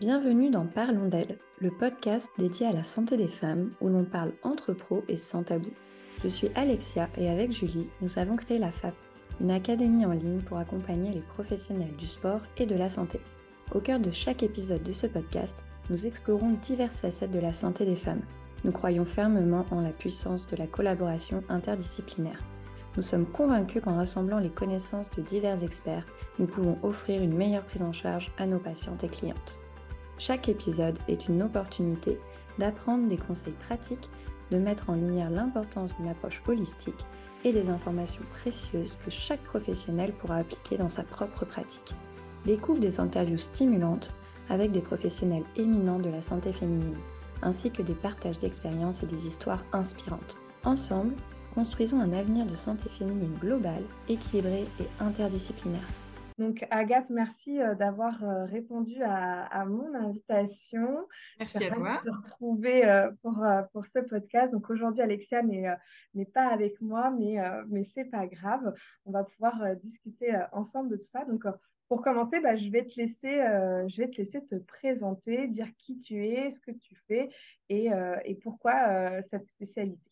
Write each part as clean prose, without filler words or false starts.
Bienvenue dans Parlons d'elle, le podcast dédié à la santé des femmes où l'on parle entre pros et sans tabou. Je suis Alexia et avec Julie, nous avons créé la FAP, une académie en ligne pour accompagner les professionnels du sport et de la santé. Au cœur de chaque épisode de ce podcast, nous explorons diverses facettes de la santé des femmes. Nous croyons fermement en la puissance de la collaboration interdisciplinaire. Nous sommes convaincus qu'en rassemblant les connaissances de divers experts, nous pouvons offrir une meilleure prise en charge à nos patientes et clientes. Chaque épisode est une opportunité d'apprendre des conseils pratiques, de mettre en lumière l'importance d'une approche holistique et des informations précieuses que chaque professionnel pourra appliquer dans sa propre pratique. Découvre des interviews stimulantes avec des professionnels éminents de la santé féminine, ainsi que des partages d'expériences et des histoires inspirantes. Ensemble, construisons un avenir de santé féminine globale, équilibré et interdisciplinaire. Donc, Agathe, merci d'avoir répondu à mon invitation. Je suis Merci à ravie de toi. te retrouver pour ce podcast. Donc, aujourd'hui, Alexia n'est pas avec moi, mais c'est pas grave. On va pouvoir discuter ensemble de tout ça. Donc, pour commencer, je vais te laisser te présenter, dire qui tu es, ce que tu fais et pourquoi cette spécialité.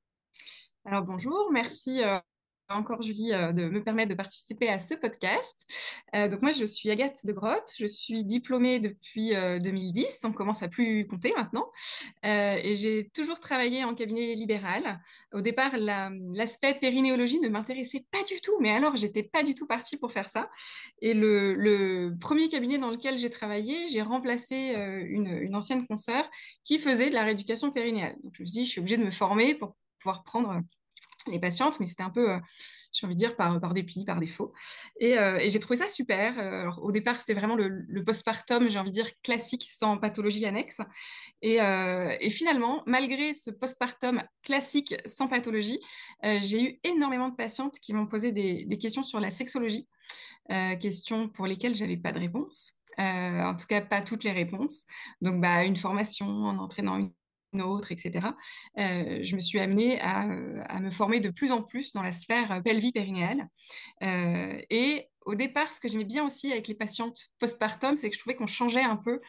Alors bonjour, merci encore Julie de me permettre de participer à ce podcast. Donc moi je suis Agathe de Grotte, je suis diplômée depuis 2010, on commence à plus compter maintenant, et j'ai toujours travaillé en cabinet libéral. Au départ l'aspect périnéologie ne m'intéressait pas du tout, mais alors j'étais pas du tout partie pour faire ça. Et le premier cabinet dans lequel j'ai travaillé, j'ai remplacé une ancienne consoeur qui faisait de la rééducation périnéale. Donc je me suis dit je suis obligée de me former pour pouvoir prendre les patientes, mais c'était un peu, j'ai envie de dire, par dépit, par défaut. Et j'ai trouvé ça super. Alors, au départ, c'était vraiment le postpartum, j'ai envie de dire, classique, sans pathologie annexe. Et finalement, malgré ce postpartum classique, sans pathologie, j'ai eu énormément de patientes qui m'ont posé des questions sur la sexologie, questions pour lesquelles j'avais pas de réponse. En tout cas, pas toutes les réponses. Donc, bah, une formation en entraînant une autre, etc. Je me suis amenée à me former de plus en plus dans la sphère pelvie-périnéale. Et au départ, ce que j'aimais bien aussi avec les patientes postpartum, c'est que je trouvais qu'on changeait un peu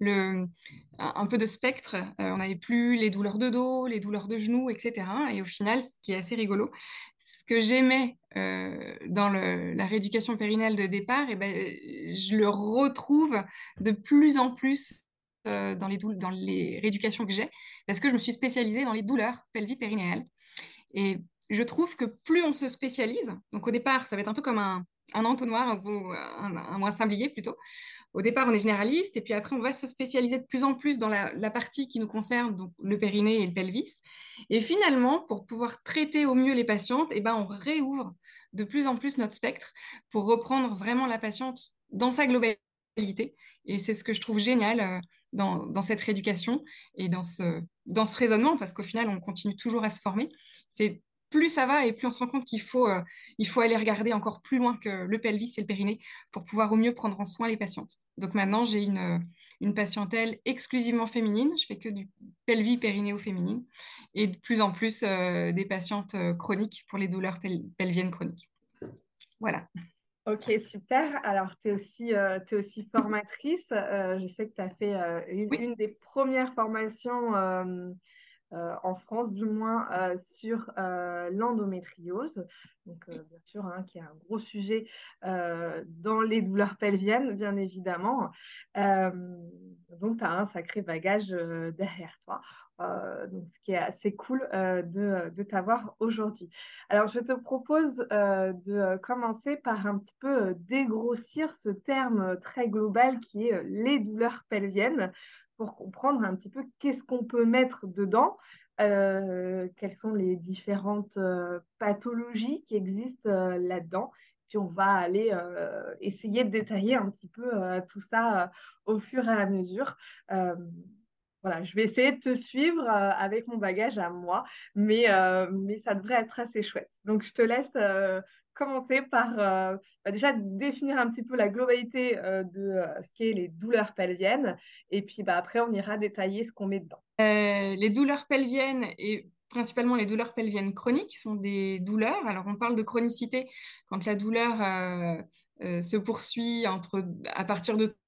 un peu de spectre. On n'avait plus les douleurs de dos, les douleurs de genoux, etc. Et au final, ce qui est assez rigolo, ce que j'aimais dans la rééducation périnnéale de départ, et ben, je le retrouve de plus en plus dans les rééducations que j'ai, parce que je me suis spécialisée dans les douleurs pelvie-périnéales. Et je trouve que plus on se spécialise, donc au départ, ça va être un peu comme un entonnoir, un sablier plutôt. Au départ, on est généraliste, et puis après, on va se spécialiser de plus en plus dans la partie qui nous concerne, donc le périnée et le pelvis. Et finalement, pour pouvoir traiter au mieux les patientes, eh ben, on réouvre de plus en plus notre spectre pour reprendre vraiment la patiente dans sa globalité. Et c'est ce que je trouve génial dans cette rééducation et dans ce raisonnement, parce qu'au final, on continue toujours à se former. C'est plus ça va et plus on se rend compte qu'il faut aller regarder encore plus loin que le pelvis et le périnée pour pouvoir au mieux prendre en soin les patientes. Donc maintenant, j'ai une patientèle exclusivement féminine. Je fais que du pelvis périnéo féminine et de plus en plus des patientes chroniques pour les douleurs pelviennes chroniques. Voilà. Ok, super. Alors, t'es aussi formatrice. Je sais que tu as fait Oui. une des premières formations en France, du moins, sur l'endométriose. Donc, bien sûr, hein, qui est un gros sujet dans les douleurs pelviennes, bien évidemment. Euh, donc, tu as un sacré bagage derrière toi. Donc, ce qui est assez cool de t'avoir aujourd'hui. Alors, je te propose de commencer par un petit peu dégrossir ce terme très global qui est les douleurs pelviennes pour comprendre un petit peu qu'est-ce qu'on peut mettre dedans, quelles sont les différentes pathologies qui existent là-dedans. Puis on va aller essayer de détailler un petit peu tout ça au fur et à mesure. Euh, voilà, je vais essayer de te suivre avec mon bagage à moi, mais ça devrait être assez chouette. Donc, je te laisse commencer par déjà définir un petit peu la globalité de ce qu'est les douleurs pelviennes, et puis après, on ira détailler ce qu'on met dedans. Les douleurs pelviennes et principalement les douleurs pelviennes chroniques sont des douleurs. Alors, on parle de chronicité quand la douleur se poursuit à partir de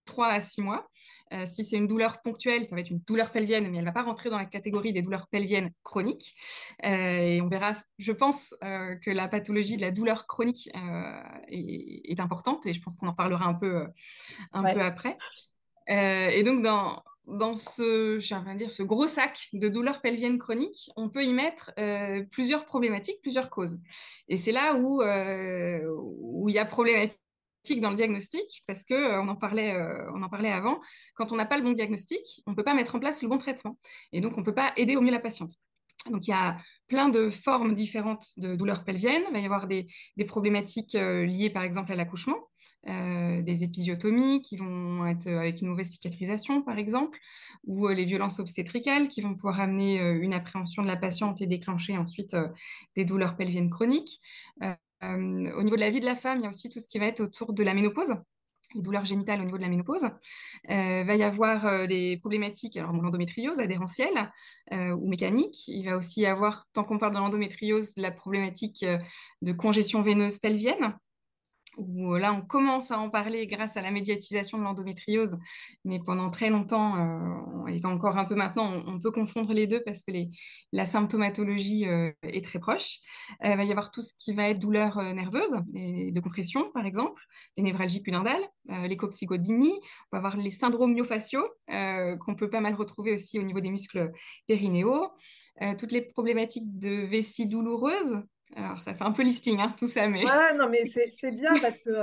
3 à 6 mois. Si c'est une douleur ponctuelle, ça va être une douleur pelvienne, mais elle ne va pas rentrer dans la catégorie des douleurs pelviennes chroniques. Et on verra, je pense que la pathologie de la douleur chronique est importante, et je pense qu'on en parlera un peu Ouais. après. Et donc, dans je vais dire, ce gros sac de douleurs pelviennes chroniques, on peut y mettre plusieurs problématiques, plusieurs causes. Et c'est là où il y a problématique dans le diagnostic, parce que on en parlait avant, quand on n'a pas le bon diagnostic, on ne peut pas mettre en place le bon traitement. Et donc, on ne peut pas aider au mieux la patiente. Donc, il y a plein de formes différentes de douleurs pelviennes. Il va y avoir des problématiques liées, par exemple, à l'accouchement, des épisiotomies qui vont être avec une mauvaise cicatrisation, par exemple, ou les violences obstétricales qui vont pouvoir amener une appréhension de la patiente et déclencher ensuite des douleurs pelviennes chroniques. Au niveau de la vie de la femme, il y a aussi tout ce qui va être autour de la ménopause, les douleurs génitales au niveau de la ménopause. Va y avoir des problématiques, alors l'endométriose adhérentielle ou mécanique. Il va aussi y avoir, tant qu'on parle de l'endométriose, la problématique de congestion veineuse pelvienne, où là, on commence à en parler grâce à la médiatisation de l'endométriose, mais pendant très longtemps, et encore un peu maintenant, on peut confondre les deux parce que la symptomatologie est très proche. Il va y avoir tout ce qui va être douleur nerveuse, et de compression, par exemple, les névralgies pudendales, les coccygodynies, on va avoir les syndromes myofasciaux, qu'on peut pas mal retrouver aussi au niveau des muscles périnéaux, toutes les problématiques de vessie douloureuse. Alors, ça fait un peu listing, hein, tout ça, mais Ouais, non, mais c'est bien parce que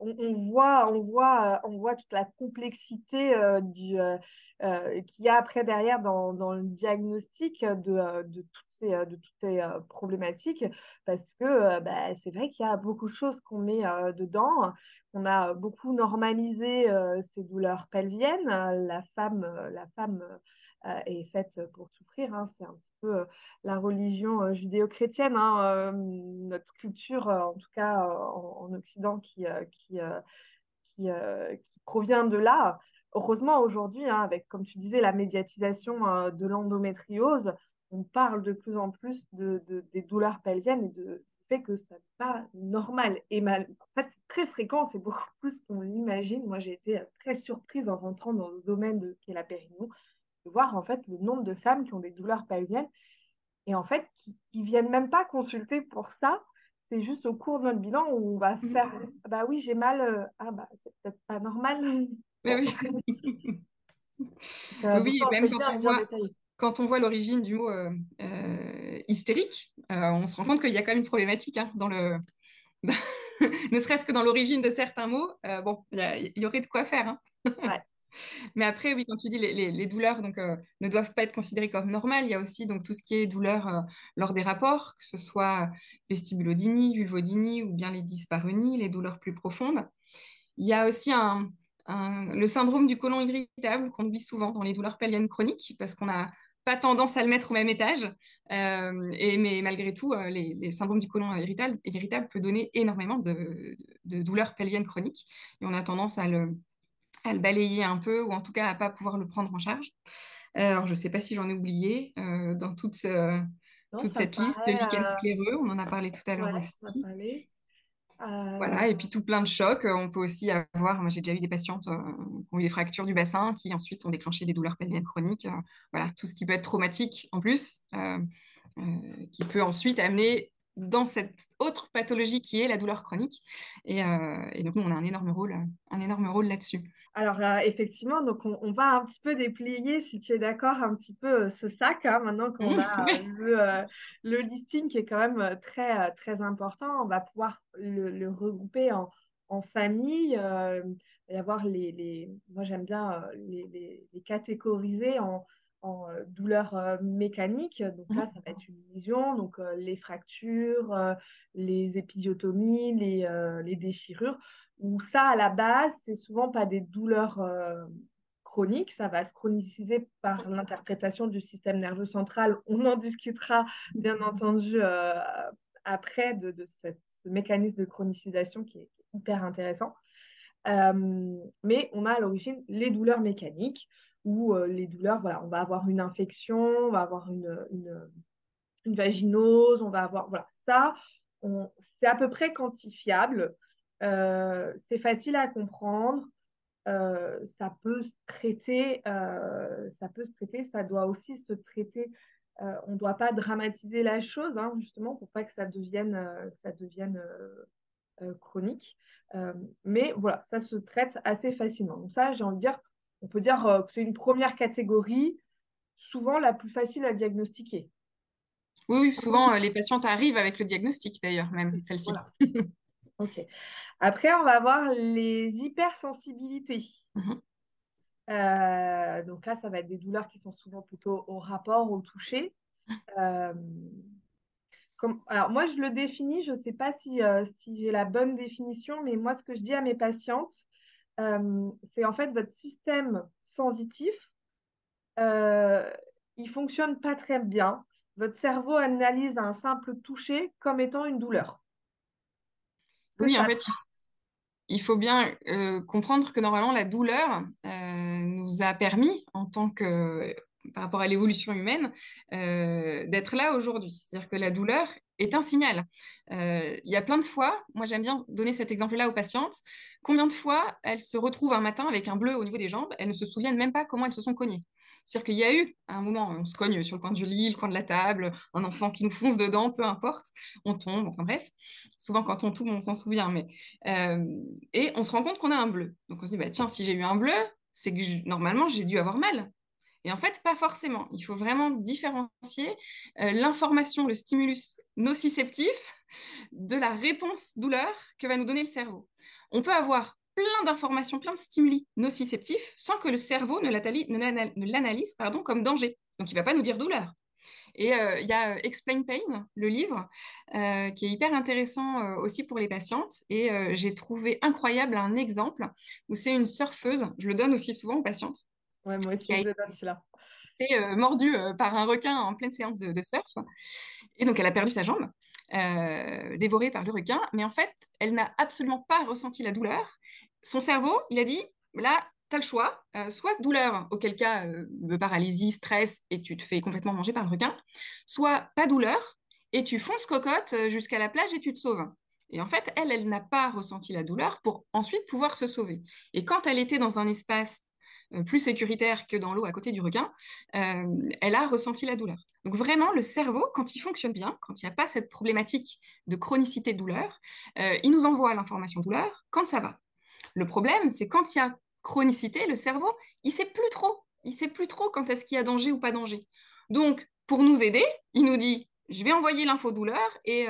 on voit toute la complexité qu'il y a après derrière dans le diagnostic de toutes ces problématiques parce que bah, c'est vrai qu'il y a beaucoup de choses qu'on met dedans. On a beaucoup normalisé ces douleurs pelviennes. La femme est faite pour souffrir, hein. C'est un petit peu la religion judéo-chrétienne, hein, notre culture, en tout cas en Occident, qui provient de là. Heureusement, aujourd'hui, hein, avec, comme tu disais, la médiatisation de l'endométriose, on parle de plus en plus des douleurs pelviennes et du fait que ça n'est pas normal. Et en fait, c'est très fréquent, c'est beaucoup plus qu'on l'imagine. Moi, j'ai été très surprise en rentrant dans ce domaine qui est la périnée, de voir en fait le nombre de femmes qui ont des douleurs pelviennes et en fait qui viennent même pas consulter pour ça. C'est juste au cours de notre bilan où on va faire ah bah oui, j'ai mal, ah bah c'est peut-être pas normal. mais Bon. oui. Donc Oui, non, même c'est bien, bien détaillé. quand on voit l'origine du mot hystérique, on se rend compte qu'il y a quand même une problématique hein, ne serait-ce que dans l'origine de certains mots. Bon, il y aurait de quoi faire. Hein. Ouais. Mais après, oui, quand tu dis les douleurs donc, ne doivent pas être considérées comme normales, il y a aussi donc, tout ce qui est douleur lors des rapports, que ce soit vestibulodynie, vulvodynie ou bien les dyspareunies, les douleurs plus profondes. Il y a aussi le syndrome du côlon irritable qu'on oublie souvent dans les douleurs pelviennes chroniques parce qu'on n'a pas tendance à le mettre au même étage. Mais malgré tout, les syndromes du côlon irritable peut donner énormément de douleurs pelviennes chroniques et on a tendance à le balayer un peu ou en tout cas à pas pouvoir le prendre en charge. Alors, je ne sais pas si j'en ai oublié dans Non, toute ça me cette liste. Le paraît. lichen scléreux, on en a parlé tout à l'heure Ouais, ça aussi. peut aller. Voilà, et puis tout plein de chocs. On peut aussi avoir, moi j'ai déjà eu des patientes qui ont eu des fractures du bassin qui ensuite ont déclenché des douleurs pelviennes chroniques. Voilà, tout ce qui peut être traumatique en plus, qui peut ensuite amener dans cette autre pathologie qui est la douleur chronique. Et donc nous, on a un énorme rôle là-dessus. Alors, effectivement, donc on va un petit peu déplier, si tu es d'accord, un petit peu ce sac, hein, maintenant qu'on a le listing qui est quand même très important. On va pouvoir le regrouper en famille. Il va y avoir moi j'aime bien les catégoriser en douleurs mécaniques. Donc là, ça va être une lésion, donc les fractures, les épisiotomies, les déchirures où ça, à la base, c'est souvent pas des douleurs chroniques, ça va se chroniciser par l'interprétation du système nerveux central. On en discutera, bien entendu, après ce mécanisme de chronicisation qui est hyper intéressant. Mais on a à l'origine les douleurs mécaniques, ou les douleurs, voilà, on va avoir une infection, on va avoir une vaginose, on va avoir, voilà, ça, c'est à peu près quantifiable. C'est facile à comprendre. ça peut se traiter, ça doit aussi se traiter. On ne doit pas dramatiser la chose, hein, justement, pour pas que ça devienne, chronique. Mais voilà, ça se traite assez facilement. Donc ça, j'ai envie de dire, on peut dire que c'est une première catégorie, souvent la plus facile à diagnostiquer. Oui, oui, souvent, les patientes arrivent avec le diagnostic, d'ailleurs, même celle-ci. Voilà. OK. Après, on va voir les hypersensibilités. Mhm. Donc là, ça va être des douleurs qui sont souvent plutôt au rapport, au toucher. Euh, alors moi, je le définis, je ne sais pas si j'ai la bonne définition, mais moi, ce que je dis à mes patientes, c'est en fait votre système sensitif, euh, il fonctionne pas très bien. Votre cerveau analyse un simple toucher comme étant une douleur. Est-ce que Oui, en ça... fait, il faut bien comprendre que normalement, la douleur nous a permis, en tant que, par rapport à l'évolution humaine, d'être là aujourd'hui. C'est-à-dire que la douleur est un signal. Il y a plein de fois, moi j'aime bien donner cet exemple-là aux patientes, combien de fois elles se retrouvent un matin avec un bleu au niveau des jambes, elles ne se souviennent même pas comment elles se sont cognées. C'est-à-dire qu'il y a eu à un moment, on se cogne sur le coin du lit, le coin de la table, un enfant qui nous fonce dedans, peu importe, on tombe, enfin bref. Souvent quand on tombe, on s'en souvient, mais euh, et on se rend compte qu'on a un bleu. Donc on se dit, bah, tiens, si j'ai eu un bleu, c'est que normalement j'ai dû avoir mal. Et en fait, pas forcément. Il faut vraiment différencier l'information, le stimulus nociceptif de la réponse douleur que va nous donner le cerveau. On peut avoir plein d'informations, plein de stimuli nociceptifs sans que le cerveau ne l'analyse pardon, comme danger. Donc il ne va pas nous dire douleur. Et il y a Explain Pain, le livre, qui est hyper intéressant aussi pour les patientes. Et j'ai trouvé incroyable un exemple où c'est une surfeuse, je le donne aussi souvent aux patientes, Ouais, moi qui aussi, a je le donne celui-là. été mordue par un requin en pleine séance de surf. Et donc, elle a perdu sa jambe, dévorée par le requin. Mais en fait, elle n'a absolument pas ressenti la douleur. Son cerveau, il a dit, là, tu as le choix, soit douleur, auquel cas, paralysie, stress, et tu te fais complètement manger par le requin, soit pas douleur, et tu fonces cocotte jusqu'à la plage et tu te sauves. Et en fait, elle n'a pas ressenti la douleur pour ensuite pouvoir se sauver. Et quand elle était dans un espace plus sécuritaire que dans l'eau à côté du requin, elle a ressenti la douleur. Donc vraiment, le cerveau, quand il fonctionne bien, quand il n'y a pas cette problématique de chronicité de douleur, il nous envoie l'information douleur quand ça va. Le problème, c'est quand il y a chronicité, le cerveau, il sait plus trop. Il sait plus trop quand est-ce qu'il y a danger ou pas danger. Donc, pour nous aider, il nous dit, je vais envoyer l'info douleur et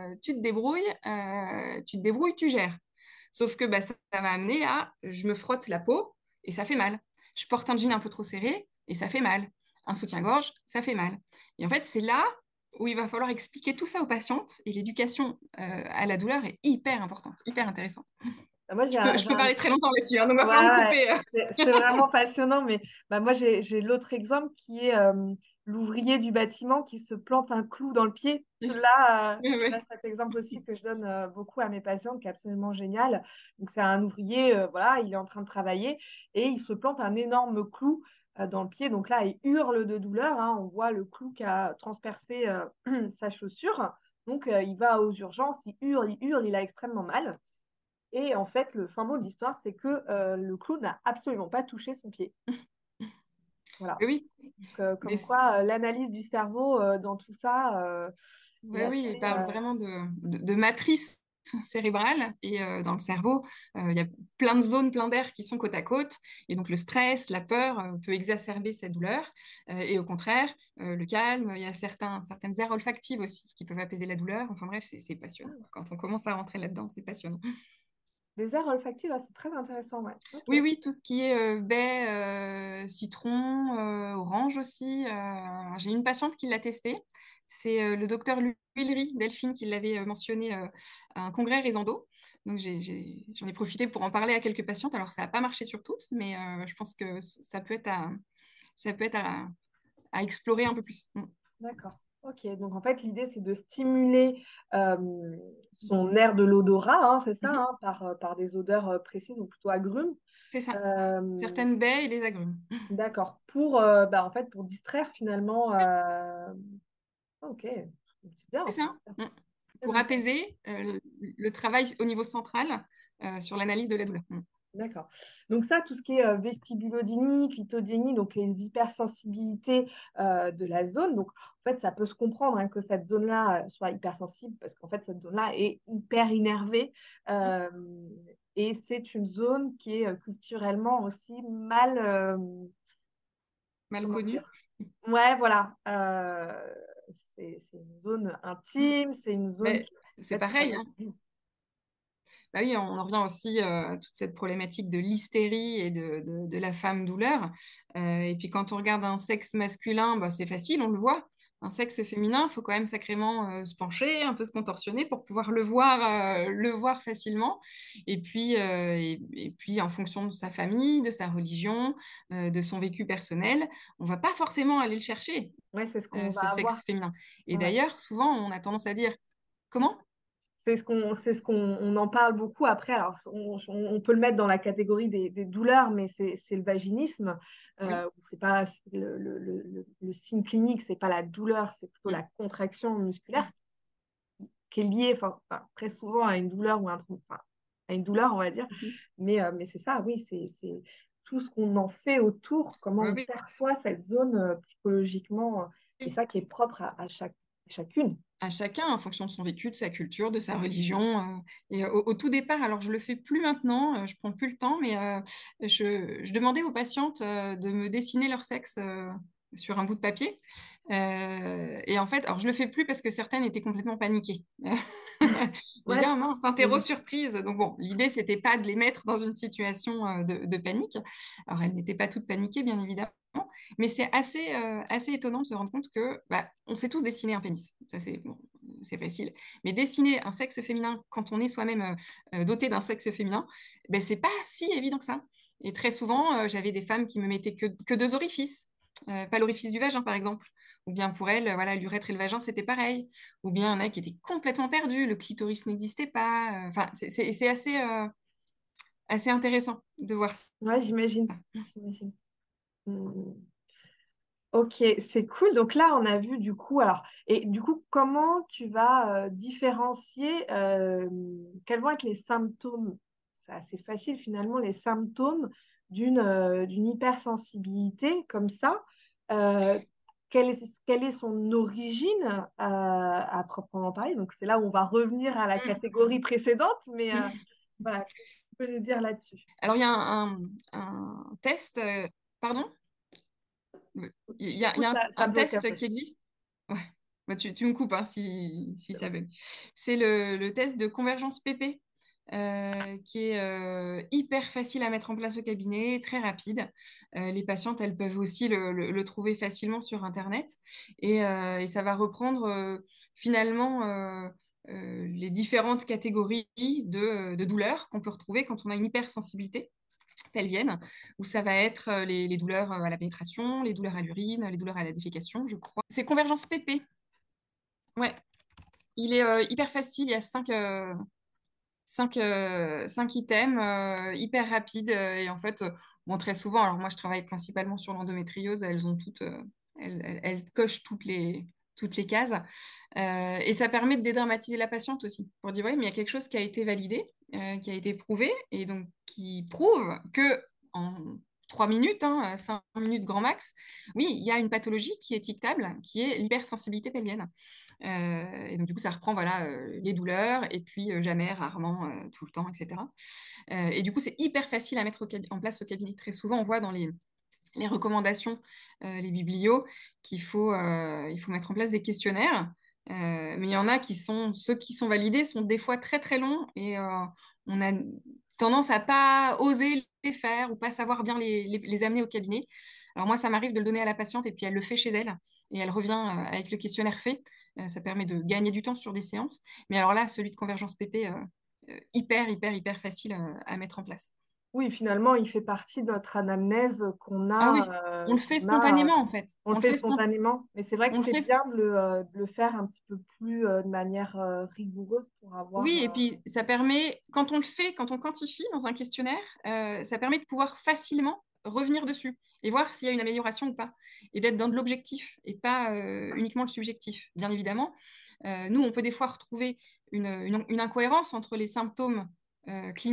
tu te débrouilles, tu gères. Sauf que bah, ça va amener à, je me frotte la peau et ça fait mal. Je porte un jean un peu trop serré et ça fait mal. Un soutien-gorge, ça fait mal. Et en fait, c'est là où il va falloir expliquer tout ça aux patientes et l'éducation à la douleur est hyper importante, hyper intéressante. Moi, Je peux parler très longtemps là-dessus, hein, donc il va Ouais, falloir me ouais, couper. c'est vraiment passionnant, mais bah, moi j'ai l'autre exemple qui est l'ouvrier du bâtiment qui se plante un clou dans le pied. Oui, Là, oui, cet exemple aussi que je donne beaucoup à mes patients, qui est absolument génial. Donc c'est un ouvrier, voilà, il est en train de travailler et il se plante un énorme clou dans le pied. Donc là, il hurle de douleur, hein. On voit le clou qui a transpercé sa chaussure. Donc il va aux urgences, il hurle, il a extrêmement mal. Et en fait, le fin mot de l'histoire, c'est que le clown n'a absolument pas touché son pied. Voilà. oui, Donc, mais comme quoi, l'analyse du cerveau dans tout ça est oui, oui, il assez... parle vraiment de matrice cérébrale et dans le cerveau, il y a plein de zones, plein d'aires qui sont côte à côte et donc le stress, la peur peut exacerber cette douleur et au contraire, le calme, il y a certaines aires olfactives aussi qui peuvent apaiser la douleur. Enfin bref, c'est passionnant. Quand on commence à rentrer là-dedans, c'est passionnant. Les aires olfactives, ah, c'est très intéressant, ouais. Ok. Oui, oui, tout ce qui est baie, citron, orange aussi. J'ai une patiente qui l'a testé. C'est le docteur Huillery, Delphine, qui l'avait mentionné à un congrès Raison Donc j'en ai profité pour en parler à quelques patientes. Alors ça n'a pas marché sur toutes, mais je pense que ça peut être à explorer un peu plus. Mm. D'accord. Ok. Donc, en fait, l'idée, c'est de stimuler son aire de l'odorat, hein, c'est ça, Mhm. hein, par des odeurs précises ou plutôt agrumes. C'est ça. Euh, Certaines baies et les agrumes. d'accord. Pour, en fait, pour distraire finalement. Ok. C'est bien. C'est ça. Mm. Très Pour intéressant. apaiser le travail au niveau central sur l'analyse de la douleur. Mm. D'accord. Donc ça, tout ce qui est vestibulodynie, clitodynie, donc les hypersensibilités de la zone. Donc en fait, ça peut se comprendre hein, que cette zone-là soit hypersensible parce qu'en fait, cette zone-là est hyper innervée. euh, et c'est une zone qui est culturellement aussi mal, Mal comment connu. dire? Ouais, voilà. C'est une zone intime, c'est une zone Mais qui c'est en fait, ça pareil, hein. Bah oui, on en revient aussi à toute cette problématique de l'hystérie et de la femme douleur. Et puis quand on regarde un sexe masculin, bah, c'est facile, on le voit. Un sexe féminin, il faut quand même sacrément se pencher, un peu se contorsionner pour pouvoir le voir facilement. Et puis, en fonction de sa famille, de sa religion, de son vécu personnel, on va pas forcément aller le chercher, ouais, c'est ce qu'on va ce avoir. sexe féminin. Et Ouais. d'ailleurs, souvent, on a tendance à dire, comment? On en parle beaucoup après. Alors, on peut le mettre dans la catégorie des douleurs, mais c'est le vaginisme. Oui. C'est pas le signe clinique, c'est pas la douleur, c'est plutôt la Mm. contraction musculaire qui est liée, très souvent à une douleur ou à une douleur, on va dire. Mhm. Mais c'est ça, oui, c'est tout ce qu'on en fait autour, comment Oui, on oui. perçoit cette zone psychologiquement, et ça qui est propre à chacune. À chacun en fonction de son vécu, de sa culture, de sa religion. Et au tout départ, alors je le fais plus maintenant, je prends plus le temps, mais je demandais aux patientes de me dessiner leur sexe sur un bout de papier. Et en fait, alors je le fais plus parce que certaines étaient complètement paniquées. Ils disaient, Ouais, ah mince, interro surprise. Donc bon, l'idée, c'était pas de les mettre dans une situation de panique. Alors elles n'étaient pas toutes paniquées, bien évidemment. Mais c'est assez étonnant de se rendre compte que bah, on sait tous dessiner un pénis. Ça, c'est bon, c'est facile. Mais dessiner un sexe féminin quand on est soi-même doté d'un sexe féminin, ben, c'est pas si évident que ça. Et très souvent, j'avais des femmes qui me mettaient que deux orifices. Pas l'orifice du vagin, par exemple. Ou bien pour elles, voilà, l'urètre et le vagin, c'était pareil. Ou bien il y en a qui étaient complètement perdus, le clitoris n'existait pas. Enfin, c'est assez intéressant de voir ça. ouais, j'imagine. J'imagine. Hmm. Ok, c'est cool. Donc là, on a vu du coup, alors, et du coup, comment tu vas différencier quels vont être les symptômes? C'est assez facile finalement, les symptômes d'une hypersensibilité comme ça. Euh, quelle est son origine à proprement parler? Donc c'est là où on va revenir à la catégorie précédente, mais Mm. voilà, qu'est-ce que tu peux nous dire là-dessus? Alors, il y a un test, pardon? Il y J'écoute, a ça un bloque un test peu. qui existe. Ouais. Bah, tu me coupes hein, si ça bug. C'est le test de convergence PP qui est hyper facile à mettre en place au cabinet, très rapide. Les patientes, elles peuvent aussi le trouver facilement sur Internet. Et ça va reprendre finalement les différentes catégories de douleurs qu'on peut retrouver quand on a une hypersensibilité pelvienne, où ça va être les douleurs à la pénétration, les douleurs à l'urine, les douleurs à la défécation, je crois. C'est Convergence PP. Ouais, il est hyper facile, il y a cinq items, hyper rapides. Et en fait, bon, très souvent, alors moi je travaille principalement sur l'endométriose, elles ont toutes, elles cochent toutes les cases. Et ça permet de dédramatiser la patiente aussi, pour dire, oui, mais il y a quelque chose qui a été validé, qui a été prouvé, et donc qui prouve que en 3 minutes, 5 minutes grand max, oui, il y a une pathologie qui est étiquetable, qui est l'hypersensibilité pelvienne. Et donc, du coup, ça reprend voilà, les douleurs, et puis jamais, rarement, tout le temps, etc. Et du coup, c'est hyper facile à mettre en place au cabinet. Très souvent, on voit dans les recommandations, les biblios, il faut mettre en place des questionnaires. Mais il y en a ceux qui sont validés sont des fois très très longs et on a tendance à pas oser les faire ou pas savoir bien les amener au cabinet. Alors moi, ça m'arrive de le donner à la patiente et puis elle le fait chez elle et elle revient avec le questionnaire fait. Ça permet de gagner du temps sur des séances. Mais alors là, celui de Convergence PP, hyper facile à mettre en place. Oui, finalement, il fait partie de notre anamnèse Ah oui, on le fait qu'on a, spontanément en fait. on le fait spontanément. Mais c'est vrai que On le c'est fait. bien de le faire un petit peu plus de manière rigoureuse pour avoir. Oui, et puis ça permet, quand on le fait, quand on quantifie dans un questionnaire, ça permet de pouvoir facilement revenir dessus et voir s'il y a une amélioration ou pas, et d'être dans de l'objectif et pas uniquement le subjectif. Bien évidemment, nous, on peut des fois retrouver une incohérence entre les symptômes cliniques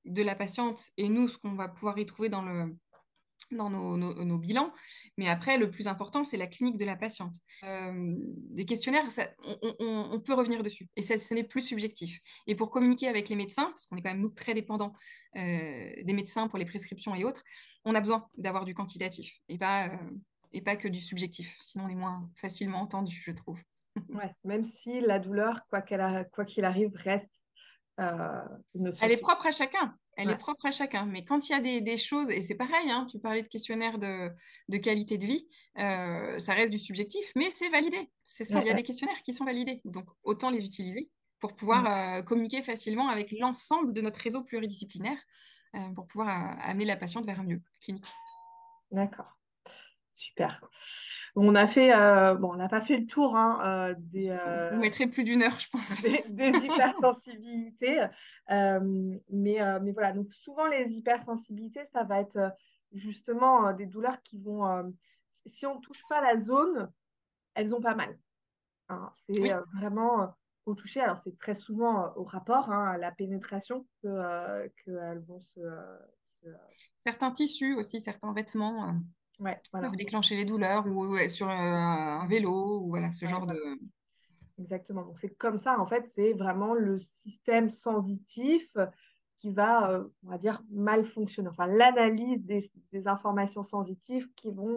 de la patiente et nous, ce qu'on va pouvoir y trouver dans nos bilans. Mais après, le plus important, c'est la clinique de la patiente. Des questionnaires, on peut revenir dessus. Et ce n'est plus subjectif. Et pour communiquer avec les médecins, parce qu'on est quand même, nous, très dépendants des médecins pour les prescriptions et autres, on a besoin d'avoir du quantitatif et pas que du subjectif. Sinon, on est moins facilement entendu, je trouve. Ouais, même si la douleur, quoi qu'il arrive, reste une Elle est source. propre à chacun. Elle est Ouais, propre à chacun. Mais quand il y a des choses, et c'est pareil, hein, tu parlais de questionnaire de qualité de vie, ça reste du subjectif, mais c'est validé. C'est ça, ouais, il y a ouais. des questionnaires qui sont validés. Donc, autant les utiliser pour Mm. pouvoir communiquer facilement avec l'ensemble de notre réseau pluridisciplinaire pour pouvoir amener la patiente vers un mieux clinique. D'accord, super. On n'a pas fait le tour hein, Vous mettrez plus d'une heure, je pense. des hypersensibilités. Mais voilà, donc souvent les hypersensibilités, ça va être justement des douleurs qui vont, si on ne touche pas la zone, elles ont pas mal. Hein. C'est Oui, vraiment au toucher. Alors c'est très souvent au rapport, hein, à la pénétration que elles vont se- certains tissus aussi, certains vêtements Ouais, peuvent voilà. déclencher les douleurs ou sur un vélo ou voilà ce Ouais, genre de. voilà. Exactement. Donc c'est comme ça, en fait, c'est vraiment le système sensitif qui va, on va dire, mal fonctionner. Enfin, l'analyse des informations sensitives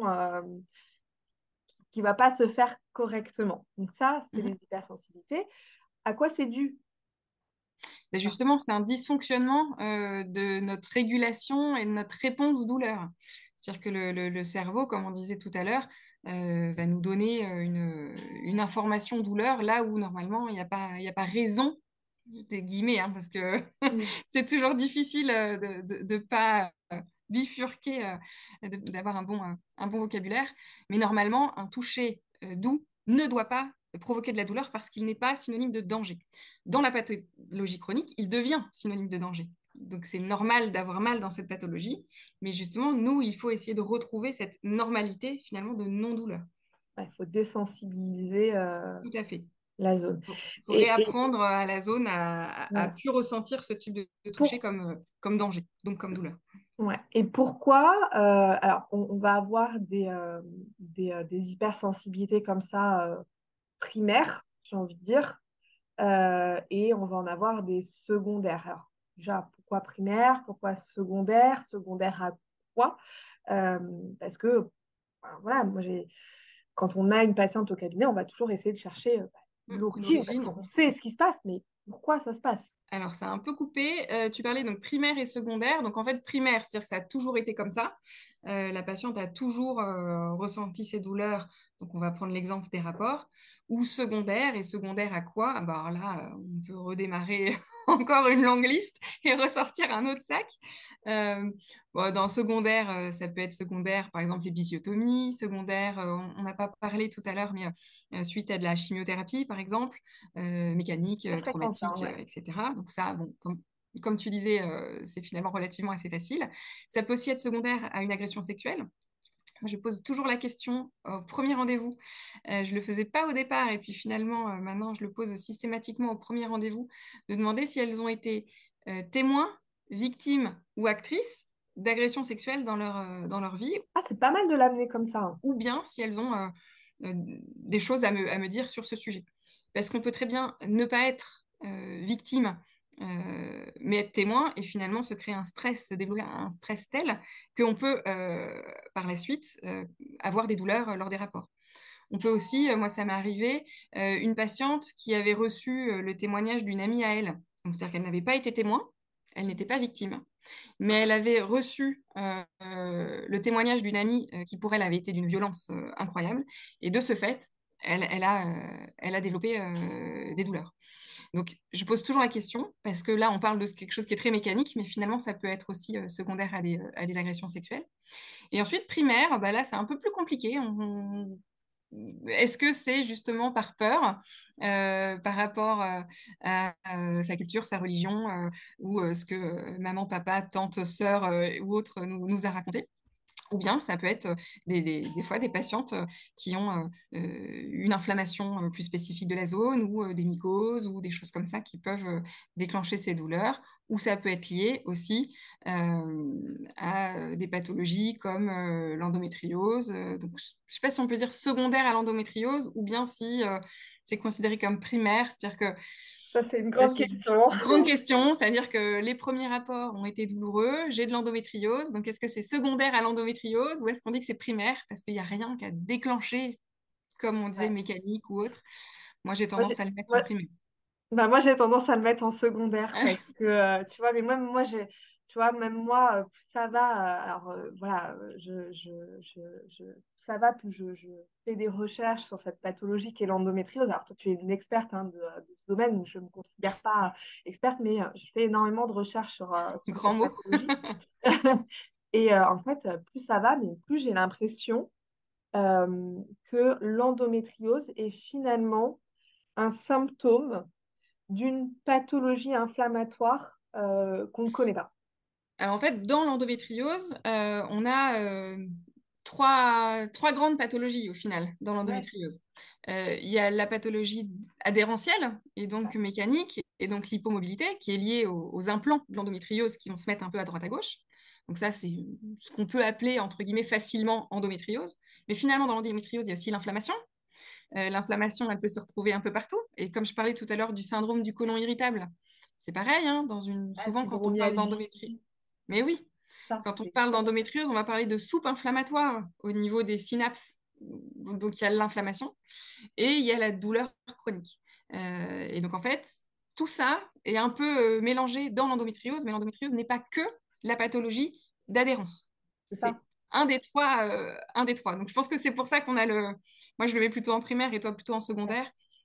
qui va pas se faire correctement. Donc ça, c'est les Mhm. hypersensibilités. À quoi c'est dû? Ben Ça. justement, c'est un dysfonctionnement de notre régulation et de notre réponse douleur. C'est-à-dire que le cerveau, comme on disait tout à l'heure, va nous donner une information douleur là où normalement il y a pas raison, des guillemets, hein, parce que Mm. c'est toujours difficile de pas bifurquer, d'avoir un bon vocabulaire. Mais normalement, un toucher doux ne doit pas provoquer de la douleur parce qu'il n'est pas synonyme de danger. Dans la pathologie chronique, il devient synonyme de danger. Donc c'est normal d'avoir mal dans cette pathologie, mais justement, nous, il faut essayer de retrouver cette normalité finalement de non-douleur. Ouais, il faut désensibiliser Tout à fait. la zone. Il faut Et réapprendre à la zone à ouais. plus ressentir ce type de toucher Pour, comme danger, donc comme douleur. ouais. Et pourquoi, alors on va avoir des hypersensibilités comme ça primaires, j'ai envie de dire, et on va en avoir des secondaires. Alors, déjà, pourquoi primaire? Pourquoi secondaire? Secondaire à quoi? Euh, Parce que, voilà, quand on a une patiente au cabinet, on va toujours essayer de chercher l'origine, parce L'origine. qu'on sait ce qui se passe, mais pourquoi ça se passe? Alors, ça a un peu coupé. Tu parlais donc primaire et secondaire. Donc, en fait, primaire, c'est-à-dire que ça a toujours été comme ça. La patiente a toujours ressenti ses douleurs. Donc, on va prendre l'exemple des rapports. Ou secondaire. Et secondaire à quoi? Ah bah, alors là, on peut redémarrer encore une longue liste et ressortir un autre sac. Euh, bon, dans secondaire, ça peut être secondaire, par exemple, l'épisiotomie. Secondaire, on n'a pas parlé tout à l'heure, mais suite à de la chimiothérapie, par exemple, mécanique, Très fréquent, ça, traumatique, ouais. etc. Donc ça, bon, comme tu disais, c'est finalement relativement assez facile. Ça peut aussi être secondaire à une agression sexuelle. Je pose toujours la question au premier rendez-vous. Je ne le faisais pas au départ et puis finalement, maintenant, je le pose systématiquement au premier rendez-vous, de demander si elles ont été témoins, victimes ou actrices d'agressions sexuelles dans leur vie, Ah, c'est pas mal de l'amener comme ça. Hein. ou bien si elles ont des choses à me dire sur ce sujet. Parce qu'on peut très bien ne pas être victime, mais être témoin et finalement se créer un stress, se développer un stress tel qu'on peut par la suite avoir des douleurs lors des rapports. On peut aussi, moi ça m'est arrivé, une patiente qui avait reçu le témoignage d'une amie à elle. Donc c'est-à-dire qu'elle n'avait pas été témoin, elle n'était pas victime, mais elle avait reçu le témoignage d'une amie qui pour elle avait été d'une violence incroyable, et de ce fait, elle a développé des douleurs. Donc, je pose toujours la question, parce que là, on parle de quelque chose qui est très mécanique, mais finalement, ça peut être aussi secondaire à des agressions sexuelles. Et ensuite, primaire, bah là, c'est un peu plus compliqué. Est-ce que c'est justement par peur par rapport à sa culture, sa religion, ou ce que maman, papa, tante, sœur ou autre nous a raconté? Ou bien ça peut être des fois des patientes qui ont une inflammation plus spécifique de la zone ou des mycoses ou des choses comme ça qui peuvent déclencher ces douleurs. Ou ça peut être lié aussi à des pathologies comme l'endométriose. Donc, je ne sais pas si on peut dire secondaire à l'endométriose ou bien si c'est considéré comme primaire, c'est-à-dire que Ça, c'est une ça, grande c'est question. une grande question, c'est-à-dire que les premiers rapports ont été douloureux, j'ai de l'endométriose, donc est-ce que c'est secondaire à l'endométriose ou est-ce qu'on dit que c'est primaire parce qu'il n'y a rien qu'à déclencher, comme on disait, Ouais. mécanique ou autre. Moi, j'ai Moi, tendance à le mettre en moi, primaire. bah, moi, j'ai tendance à le mettre en secondaire parce que, tu vois, mais moi, tu vois, même moi, plus ça va, voilà, ça va, plus je fais des recherches sur cette pathologie qu'est l'endométriose. Alors, toi, tu es une experte hein, de ce domaine, je ne me considère pas experte, mais je fais énormément de recherches sur Grand cette mot. pathologie. Et en fait, plus ça va, mais plus j'ai l'impression que l'endométriose est finalement un symptôme d'une pathologie inflammatoire qu'on ne connaît pas. Alors, en fait, dans l'endométriose, on a trois grandes pathologies au final dans Ouais. l'endométriose. Il y a la pathologie adhérentielle et donc mécanique et donc l'hypomobilité qui est liée aux implants de l'endométriose qui vont se mettre un peu à droite à gauche. Donc ça, c'est ce qu'on peut appeler entre guillemets facilement endométriose. Mais finalement, dans l'endométriose, il y a aussi l'inflammation. L'inflammation, elle peut se retrouver un peu partout. Et comme je parlais tout à l'heure du syndrome du côlon irritable, c'est pareil, hein, Ah, souvent quand on parle fibromyalgie. d'endométriose. Mais oui, Ça, quand on c'est parle très très d'endométriose, on va parler de soupe inflammatoire au niveau des synapses. Donc il y a l'inflammation et il y a la douleur chronique. Et donc en fait, tout ça est un peu mélangé dans l'endométriose, mais l'endométriose n'est pas que la pathologie d'adhérence. c'est C'est ça. un des trois. Donc je pense que c'est pour ça qu'on a le. Moi, je le mets plutôt en primaire et toi plutôt en secondaire.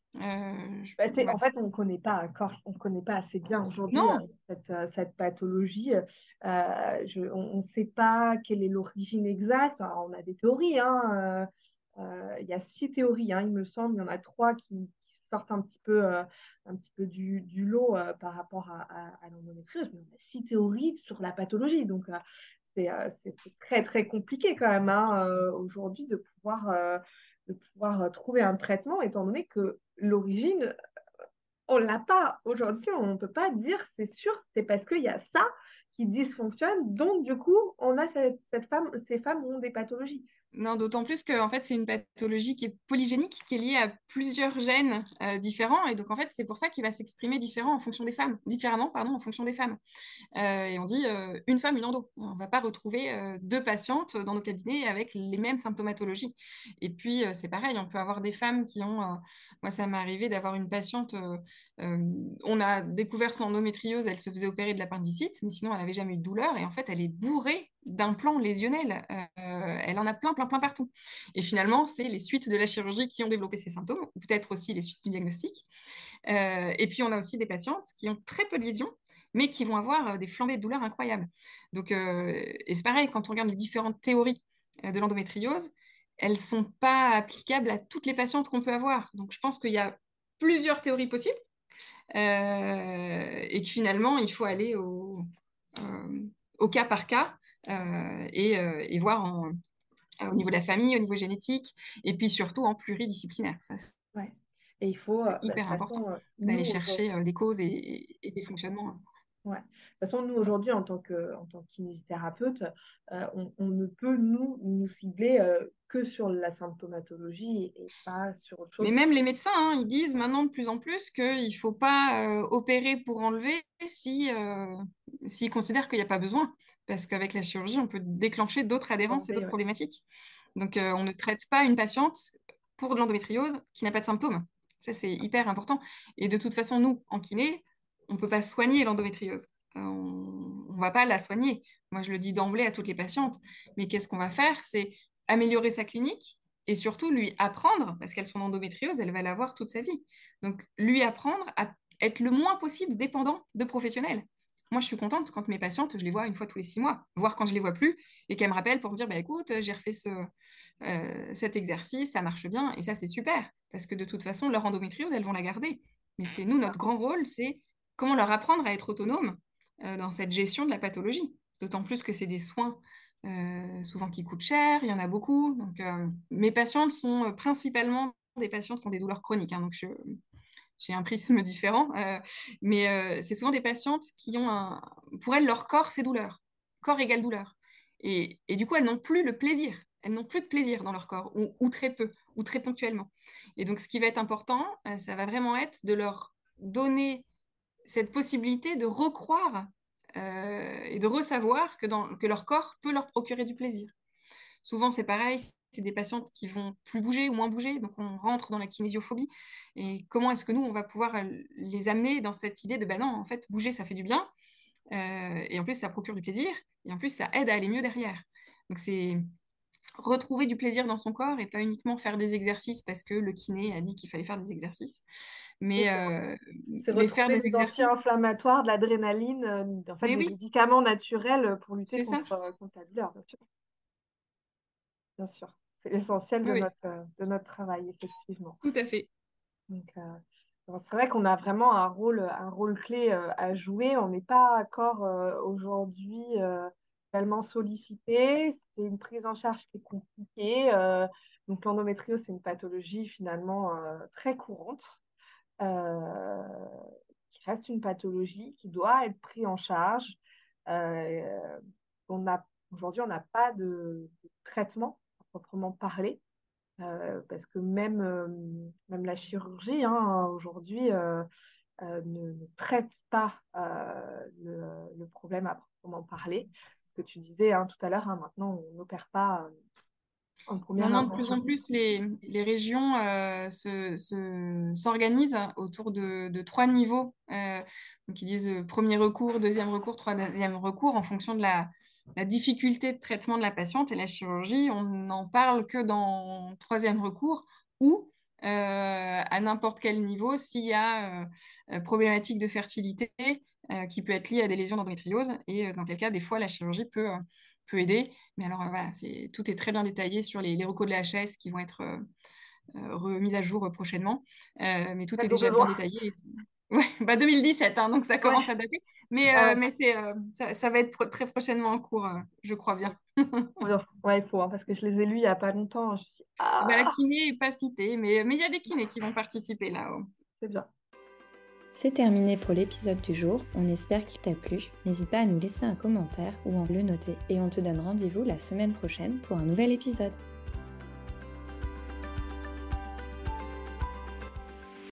Bah, Ouais. en fait, on ne connaît pas encore, on connaît pas assez bien aujourd'hui Non, cette pathologie. On ne sait pas quelle est l'origine exacte. Alors, on a des théories. Hein, il y a 6 théories, hein, il me semble. Il y en a 3 qui sortent un petit peu du lot par rapport à l'endométriose. Mais on a 6 théories sur la pathologie. Donc, c'est très, très compliqué quand même hein, aujourd'hui de pouvoir trouver un traitement, étant donné que l'origine, on l'a pas. Aujourd'hui, on ne peut pas dire, c'est sûr, c'est parce qu'il y a ça qui dysfonctionne. Donc, du coup, on a cette femme, ces femmes ont des pathologies. non, d'autant plus que en fait, c'est une pathologie qui est polygénique, qui est liée à plusieurs gènes différents. Et donc, en fait, c'est pour ça qu'il va s'exprimer différemment, pardon, en fonction des femmes. Et on dit une femme, une endo. On ne va pas retrouver deux patientes dans nos cabinets avec les mêmes symptomatologies. Et puis, c'est pareil, on peut avoir des femmes qui ont... moi, ça m'est arrivé d'avoir une patiente, on a découvert son endométriose, elle se faisait opérer de l'appendicite, mais sinon, elle n'avait jamais eu de douleur. Et en fait, elle est bourrée d'implants lésionnels. Elle en a plein, plein, plein partout. Et finalement, c'est les suites de la chirurgie qui ont développé ces symptômes, ou peut-être aussi les suites du diagnostic. Et puis, on a aussi des patientes qui ont très peu de lésions, mais qui vont avoir des flambées de douleur incroyables. Donc, et c'est pareil, quand on regarde les différentes théories de l'endométriose, elles ne sont pas applicables à toutes les patientes qu'on peut avoir. Donc, je pense qu'il y a plusieurs théories possibles et que finalement, il faut aller au cas par cas et voir au niveau de la famille, au niveau génétique, et puis surtout en pluridisciplinaire. Ça, Ouais. Et il faut, c'est bah, de toute hyper important façon, d'aller nous, chercher des causes et des fonctionnements. ouais. De toute façon, nous, aujourd'hui, en tant que kinésithérapeute, on ne peut nous cibler que sur la symptomatologie et pas sur autre Mais chose. même les médecins, hein, ils disent maintenant de plus en plus qu'il ne faut pas opérer pour enlever s'ils considèrent qu'il n'y a pas besoin. Parce qu'avec la chirurgie, on peut déclencher d'autres adhérences et Aborder, d'autres ouais. problématiques. Donc, on ne traite pas une patiente pour de l'endométriose qui n'a pas de symptômes. Ça, c'est hyper important. Et de toute façon, nous, en kiné, on ne peut pas soigner l'endométriose. On ne va pas la soigner. Moi, je le dis d'emblée à toutes les patientes. Mais qu'est-ce qu'on va faire? C'est améliorer sa clinique et surtout lui apprendre, parce qu'elle son endométriose, elle va l'avoir toute sa vie. Donc, lui apprendre à être le moins possible dépendant de professionnels. Moi, je suis contente quand mes patientes, je les vois une fois tous les 6 mois, voire quand je les vois plus, et qu'elles me rappellent pour me dire, bah, écoute, j'ai refait cet exercice, ça marche bien, et ça, c'est super, parce que de toute façon, leur endométriose, elles vont la garder. Mais c'est nous, notre grand rôle, c'est comment leur apprendre à être autonome dans cette gestion de la pathologie. D'autant plus que c'est des soins souvent qui coûtent cher, il y en a beaucoup. Donc, mes patientes sont principalement des patientes qui ont des douleurs chroniques, hein, donc j'ai un prisme différent, mais c'est souvent des patientes qui ont pour elles, leur corps, c'est douleur. Corps égale douleur. Et du coup, elles n'ont plus le plaisir. Elles n'ont plus de plaisir dans leur corps, ou très peu, ou très ponctuellement. Et donc, ce qui va être important, ça va vraiment être de leur donner cette possibilité de recroire et de ressavoir que leur corps peut leur procurer du plaisir. Souvent, c'est pareil, c'est des patientes qui vont plus bouger ou moins bouger, donc on rentre dans la kinésiophobie. Et comment est-ce que nous, on va pouvoir les amener dans cette idée de, bah non, en fait, bouger, ça fait du bien, et en plus, ça procure du plaisir, et en plus, ça aide à aller mieux derrière. Donc, c'est retrouver du plaisir dans son corps et pas uniquement faire des exercices parce que le kiné a dit qu'il fallait faire des exercices, Oui, mais, c'est mais faire retrouver des des exercices, anti-inflammatoires, de l'adrénaline, en fait mais des oui, médicaments naturels pour lutter c'est ça, contre la douleur, bien sûr. Bien sûr. C'est l'essentiel oui, oui, de notre travail, effectivement. tout à fait. Donc, bon, c'est vrai qu'on a vraiment un rôle clé à jouer. On n'est pas encore aujourd'hui tellement sollicité. C'est une prise en charge qui est compliquée. Donc, l'endométriose, c'est une pathologie finalement très courante, euh, qui reste une pathologie qui doit être prise en charge. Euh, Aujourd'hui, on n'a pas de traitement à proprement parler. Parce que même la chirurgie, hein, aujourd'hui, ne traite pas le problème à proprement parler. Ce que tu disais hein, tout à l'heure, hein, maintenant, on n'opère pas en première Maintenant, de plus intention. en plus, les régions s'organisent autour de trois niveaux. Donc, ils disent premier recours, deuxième recours, troisième recours en fonction de la difficulté de traitement de la patiente. Et la chirurgie, on n'en parle que dans troisième recours ou à n'importe quel niveau s'il y a problématique de fertilité qui peut être liée à des lésions d'endométriose. Et dans quel cas, des fois, la chirurgie peut aider. Mais alors, voilà, tout est très bien détaillé sur les recos de la HS qui vont être remises à jour prochainement. Mais tout est Elles ont déjà bien besoin. détaillé. Ouais, bah 2017, hein, donc ça commence Ouais, à dater. ouais, ouais. Mais ça va être très prochainement en cours, je crois bien. Trop bien. Ouais, il faut, hein, parce que je les ai lus il n'y a pas longtemps. Je me suis dit, Ah bah, la ah, kiné n'est pas citée, mais il y a des kinés qui vont participer là. Oh. c'est bien. C'est terminé pour l'épisode du jour, on espère qu'il t'a plu. N'hésite pas à nous laisser un commentaire ou à le noter et on te donne rendez-vous la semaine prochaine pour un nouvel épisode.